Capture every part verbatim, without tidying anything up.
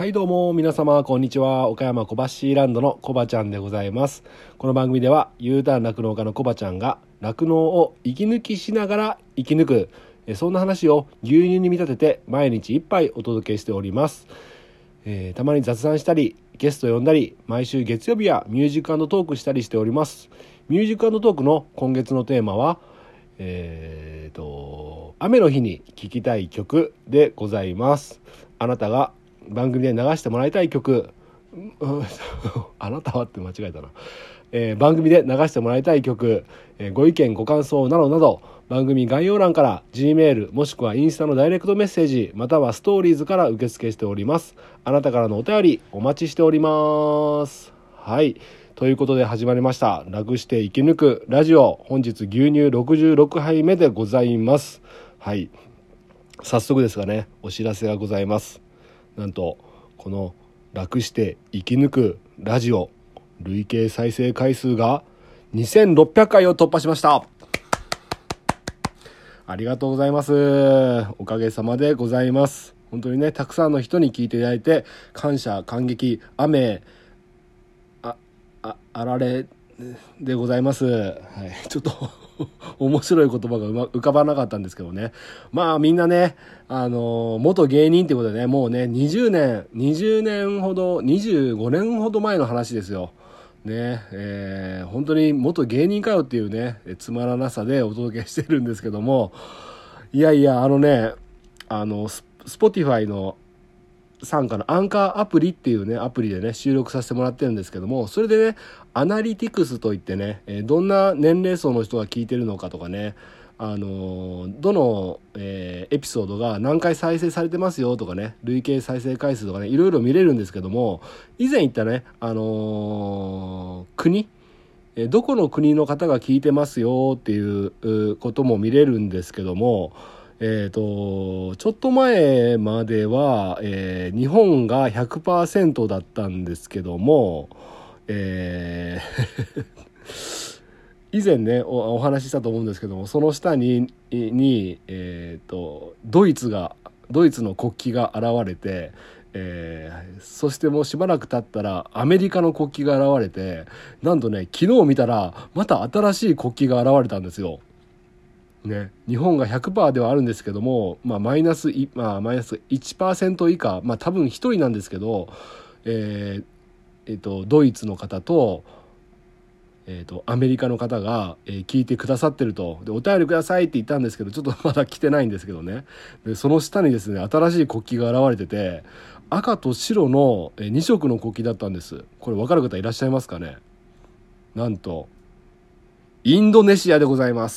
はいどうも皆様こんにちは。岡山小橋ランドのコバちゃんでございます。この番組では U ターン酪農家のコバちゃんが酪農を息抜きしながら生き抜く、そんな話を牛乳に見立てて毎日一杯お届けしております。えー、たまに雑談したりゲスト呼んだり、毎週月曜日はミュージック&トークしたりしております。ミュージック&トークの今月のテーマはえーと雨の日に聴きたい曲でございます。あなたが番組で流してもらいたい曲あなたはって間違えたな、えー、番組で流してもらいたい曲、えー、ご意見ご感想などなど番組概要欄から G メールもしくはインスタのダイレクトメッセージまたはストーリーズから受付しております。あなたからのお便りお待ちしております。はい、ということで始まりました楽して生き抜くラジオ。本日牛乳ろくじゅうろくはいめでございます。はい、早速ですがねお知らせがございます。なんとこの楽して生き抜くラジオ累計再生回数がにせんろっぴゃくかいを突破しました。ありがとうございます。おかげさまでございます。本当にねたくさんの人に聞いていただいて感謝感激雨あああられでございます。はい、ちょっと面白い言葉がうま浮かばなかったんですけどね。まあみんなね、あのー、元芸人ってことでね、もうねにじゅうねんにじゅうねんほどにじゅうごねんほど前の話ですよね。えー、本当に元芸人かよっていうねつまらなさでお届けしてるんですけども、いやいやあのねあのスポティファイの傘下のアンカーアプリっていうねアプリでね収録させてもらってるんですけども、それでねアナリティクスといってねどんな年齢層の人が聞いてるのかとかね、あのどの、えー、エピソードが何回再生されてますよとかね累計再生回数とかねいろいろ見れるんですけども、以前言ったねあのー、国どこの国の方が聞いてますよっていうことも見れるんですけども、えーと、ちょっと前までは、えー、日本が ひゃくパーセント だったんですけども、えー、以前ね お, お話ししたと思うんですけども、その下にに、えーと、ドイツがドイツの国旗が現れて、えー、そしてもうしばらく経ったらアメリカの国旗が現れて、なんとね昨日見たらまた新しい国旗が現れたんですよ。ね、日本が ひゃくパーセント ではあるんですけども、まあ、マイナス、まあ、マイナス いちパーセント 以下、まあ、多分ひとりなんですけど、えーえー、とドイツの方と、えー、とアメリカの方が、えー、聞いてくださってると。でお便りくださいって言ったんですけどちょっとまだ来てないんですけどね。でその下にですね新しい国旗が現れてて赤と白のに色の国旗だったんです。これ分かる方いらっしゃいますかね。なんとインドネシアでございます。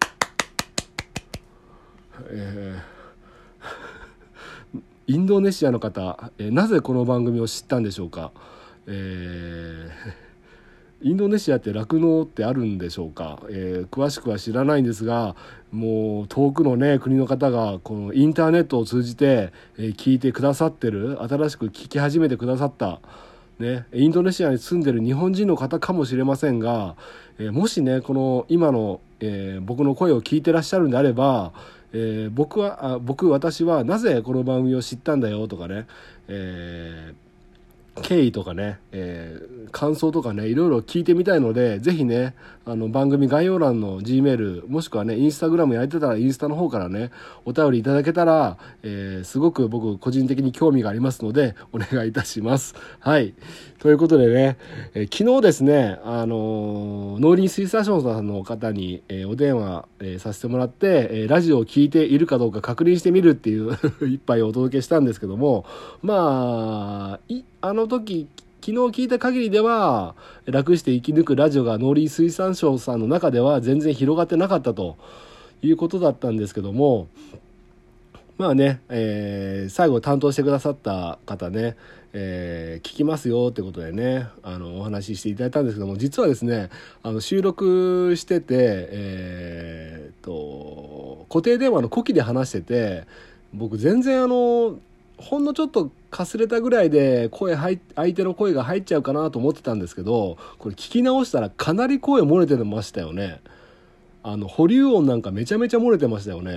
えー、インドネシアの方、えー、なぜこの番組を知ったんでしょうか。えー、インドネシアって酪農ってあるんでしょうか。えー、詳しくは知らないんですが、もう遠くのね国の方がこのインターネットを通じて、えー、聞いてくださってる、新しく聞き始めてくださったね、インドネシアに住んでる日本人の方かもしれませんが、えー、もしねこの今の、えー、僕の声を聞いてらっしゃるんであれば、えー、僕はあ僕私はなぜこの番組を知ったんだよとかね、えー経緯とかね、えー、感想とかねいろいろ聞いてみたいので、ぜひねあの番組概要欄の G メールもしくはねインスタグラムやってたらインスタの方からねお便りいただけたら、えー、すごく僕個人的に興味がありますのでお願いいたします。はい、ということでね、えー、昨日ですねあのー、農林水産省さんの方に、えー、お電話、えー、させてもらって、えー、ラジオを聞いているかどうか確認してみるっていう一杯をお届けしたんですけども、まあいあの時昨日聞いた限りでは楽して生き抜くラジオが農林水産省さんの中では全然広がってなかったということだったんですけども、まあね、えー、最後担当してくださった方ね、えー、聞きますよってことでねあのお話ししていただいたんですけども、実はですねあの収録してて、えー、と固定電話の呼気で話してて、僕全然あのほんのちょっとかすれたぐらいで声入相手の声が入っちゃうかなと思ってたんですけど、これ聞き直したらかなり声漏れてましたよね。あの保留音なんかめちゃめちゃ漏れてましたよね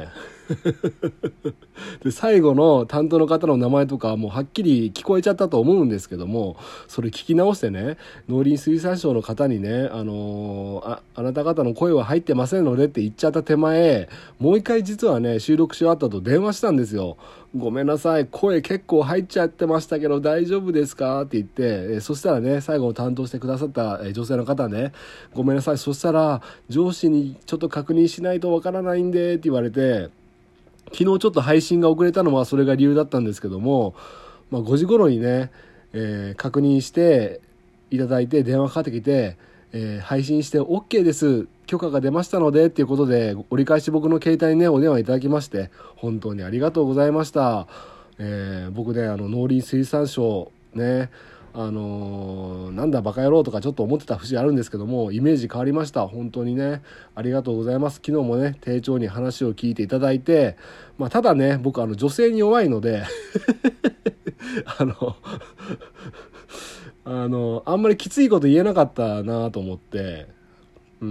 で最後の担当の方の名前とかもうはっきり聞こえちゃったと思うんですけども、それ聞き直してね、農林水産省の方にね、あのー、ああなた方の声は入ってませんのでって言っちゃった手前、もう一回実はね収録し終わった後電話したんですよ。ごめんなさい、声結構入っちゃってましたけど大丈夫ですかって言って、えそしたらね最後担当してくださったえ女性の方ね、ごめんなさい、そしたら上司にちょっと確認しないとわからないんでって言われて、昨日ちょっと配信が遅れたのはそれが理由だったんですけども、まあ、ごじ頃にね、えー、確認していただいて電話かかってきて、えー、配信して OK です、許可が出ましたのでっていうことで折り返し僕の携帯にねお電話いただきまして、本当にありがとうございました。えー、僕ねあの農林水産省ね、あのー、なんだバカ野郎とかちょっと思ってた節あるんですけども、イメージ変わりました。本当にねありがとうございます。昨日もね丁重に話を聞いていただいて、まあ、ただね僕あの女性に弱いのであのあのあんまりきついこと言えなかったなと思って、うん、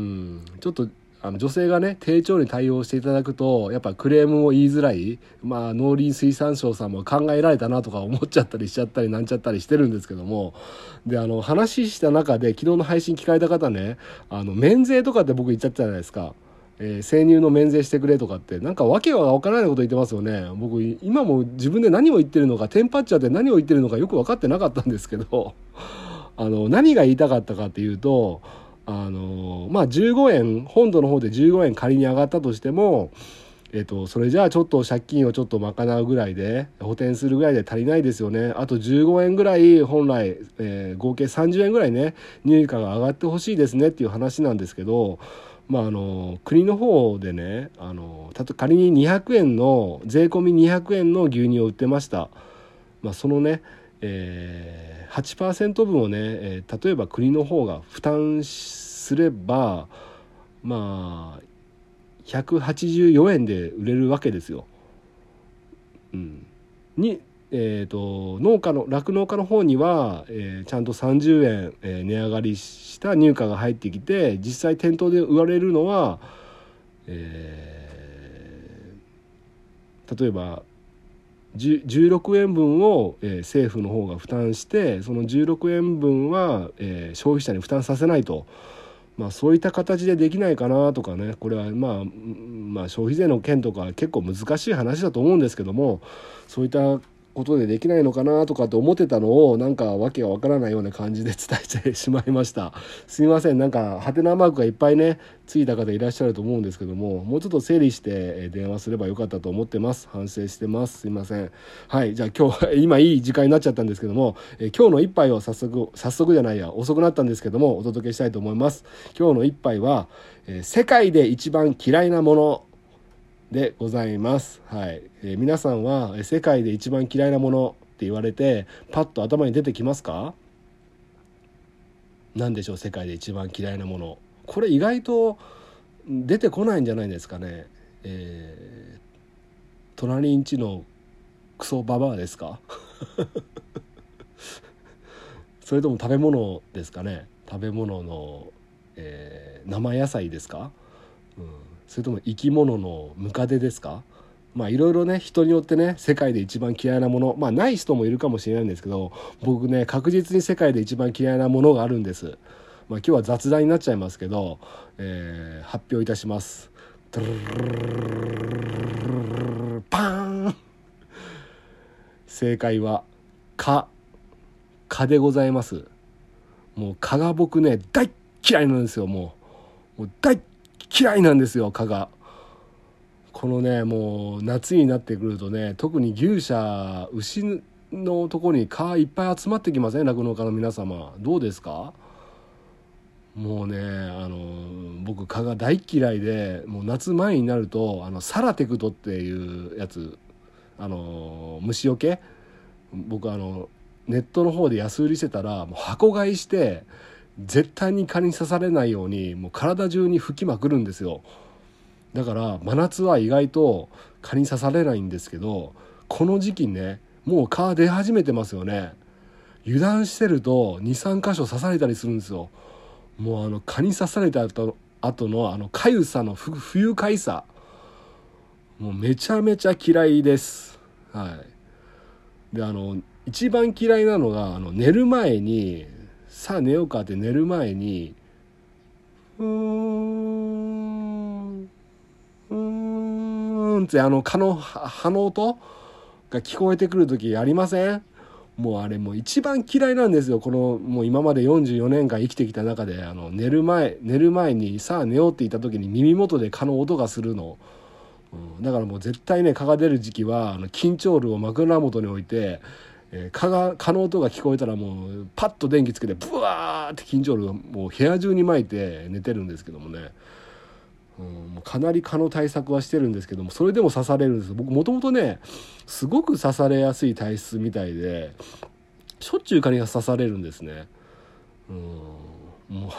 ちょっとあの女性がね丁重に対応していただくとやっぱクレームも言いづらい、まあ、農林水産省さんも考えられたなとか思っちゃったりしちゃったりなんちゃったりしてるんですけども、であの話した中で昨日の配信聞かれた方ね、あの免税とかって僕言っちゃったじゃないですか。えー、生乳の免税してくれとかってなんかわけは分からないこと言ってますよね。僕今も自分で何を言ってるのかテンパっちゃって何を言ってるのかよく分かってなかったんですけどあの何が言いたかったかっていうと、あのまあじゅうごえん本土の方でじゅうごえん仮に上がったとしても、えっとそれじゃあちょっと借金をちょっと賄うぐらいで補填するぐらいで足りないですよね。あとじゅうごえんぐらい本来、えー、合計さんじゅうえんぐらいね入荷が上がってほしいですねっていう話なんですけど、まあ、あの国の方でねあのたと仮ににひゃくえんの税込みにひゃくえんの牛乳を売ってました。まあ、そのね、えー、はちパーセント 分をね、えー、例えば国の方が負担すればまあひゃくはちじゅうよえんで売れるわけですよ。うん、にえー、と農家の酪農家の方には、えー、ちゃんとさんじゅうえん、えー、値上がりした入荷が入ってきて実際店頭で売られるのは、えー、例えばじゅうろくえんぶんを、えー、政府の方が負担してそのじゅうろくえんぶんは、えー、消費者に負担させないと、まあ、そういった形でできないかなとかね、これは、まあ、まあ消費税の件とか結構難しい話だと思うんですけども、そういったことでできないのかなとかって思ってたのをなんかわけがわからないような感じで伝えてしまいました。すみません、なんかハテナマークがいっぱいねついた方いらっしゃると思うんですけども、もうちょっと整理して電話すればよかったと思ってます。反省してます。すみません。はい、じゃあ今日今いい時間になっちゃったんですけども、え今日の一杯を早速早速じゃないや遅くなったんですけどもお届けしたいと思います。今日の一杯は、えー、世界で一番嫌いなものでございます。はい、えー、皆さんは世界で一番嫌いなものって言われてパッと頭に出てきますか？何でしょう、世界で一番嫌いなもの。これ意外と出てこないんじゃないですかね。えー、隣んちのクソババアですかそれとも食べ物ですかね。食べ物の、えー、生野菜ですか、うん、それとも生き物のムカデですか。まあいろいろね人によってね世界で一番嫌いなもの、まあない人もいるかもしれないんですけど、僕ね確実に世界で一番嫌いなものがあるんです。まあ、今日は雑談になっちゃいますけど、えー、発表いたします。パーン。正解は蚊蚊でございます。もう蚊が僕ね大嫌いなんですよ。もう、もう大嫌いなんですよ蚊が。このねもう夏になってくるとね特に牛舎牛のところに蚊いっぱい集まってきません？酪農家の皆様どうですか？もうねあの僕蚊が大嫌いで、もう夏前になるとあのサラテクトっていうやつ、あの虫除け、僕あのネットの方で安売りしてたらもう箱買いして絶対に蚊に刺されないようにもう体中に吹きまくるんですよ。だから真夏は意外と蚊に刺されないんですけど、この時期ねもう蚊出始めてますよね。油断してると にさんかしょ刺されたりするんですよ。もうあの蚊に刺された後後のあの痒さの不不愉快さ、 もうめちゃめちゃ嫌いです。はい。で、あの一番嫌いなのが、あの寝る前に、さあ寝ようかって寝る前に、うーんうーんってあの蚊の葉の音が聞こえてくる時ありません？もうあれもう一番嫌いなんですよ。このもう今までよんじゅうよねんかん生きてきた中で、あの寝る前寝る前にさあ寝ようって言った時に耳元で蚊の音がするの、うん、だからもう絶対ね、蚊が出る時期はあの緊張ルを枕元に置いて、えー、蚊が蚊の音が聞こえたらもうパッと電気つけてブワーって緊張ルをもう部屋中に巻いて寝てるんですけどもね、うん、もうかなり蚊の対策はしてるんですけども、それでも刺されるんです。僕もともとねすごく刺されやすい体質みたいで、しょっちゅう蚊に刺されるんですね。うん、もう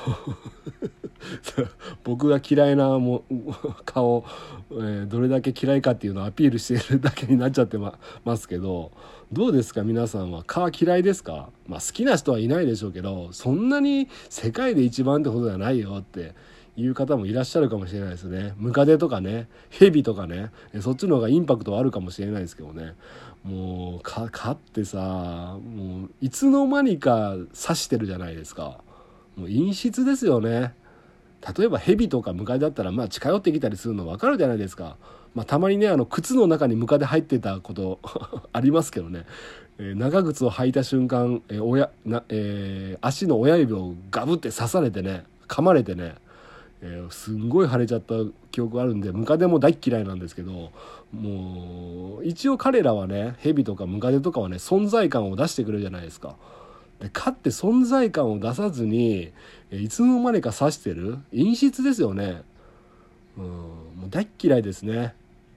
僕が嫌いなも蚊を、えー、どれだけ嫌いかっていうのをアピールしているだけになっちゃってまますけど、どうですか皆さんは蚊嫌いですか？まあ好きな人はいないでしょうけど、そんなに世界で一番ってことじゃないよっていう方もいらっしゃるかもしれないですね。ムカデとかね、ヘビとかね、そっちの方がインパクトはあるかもしれないですけどね。もう蚊ってさ、もういつの間にか刺してるじゃないですか。もう陰湿ですよね。例えばヘビとかムカデだったらまあ近寄ってきたりするの分かるじゃないですか。まあ、たまにね、あの靴の中にムカデ入ってたことありますけどね、えー、長靴を履いた瞬間、えー親なえー、足の親指をガブって刺されてね、噛まれてね、えー、すんごい腫れちゃった記憶があるんで、ムカデも大っ嫌いなんですけど、もう一応彼らはね、ヘビとかムカデとかはね存在感を出してくれるじゃないですか。で蚊って存在感を出さずにいつの間にか刺してる、陰湿ですよね。うん、もう大っ嫌いですね。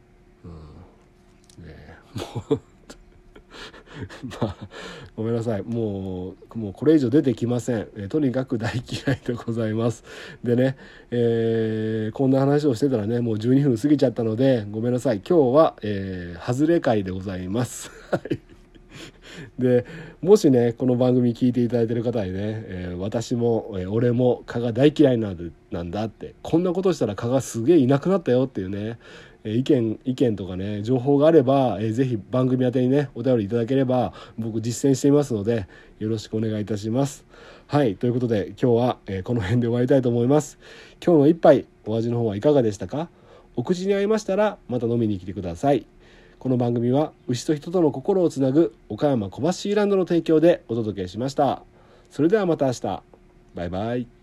うん、ねもうまあごめんなさい、もうもうこれ以上出てきません。えとにかく大嫌いでございます。でね、えー、こんな話をしてたらねもうじゅうにふん過ぎちゃったのでごめんなさい。今日は、えー、外れ会でございます。でもしねこの番組聞いていただいている方にね、えー、私も、えー、俺も蚊が大嫌いなんなんだって、こんなことしたら蚊がすげえいなくなったよっていうね、えー、意見意見とかね情報があれば、えー、ぜひ番組宛てにねお便りいただければ僕実践していますのでよろしくお願いいたします。はい、ということで今日は、えー、この辺で終わりたいと思います。今日の一杯お味の方はいかがでしたか？お口に合いましたらまた飲みに来てください。この番組は牛と人との心をつなぐ岡山小橋ランドの提供でお届けしました。それではまた明日。バイバイ。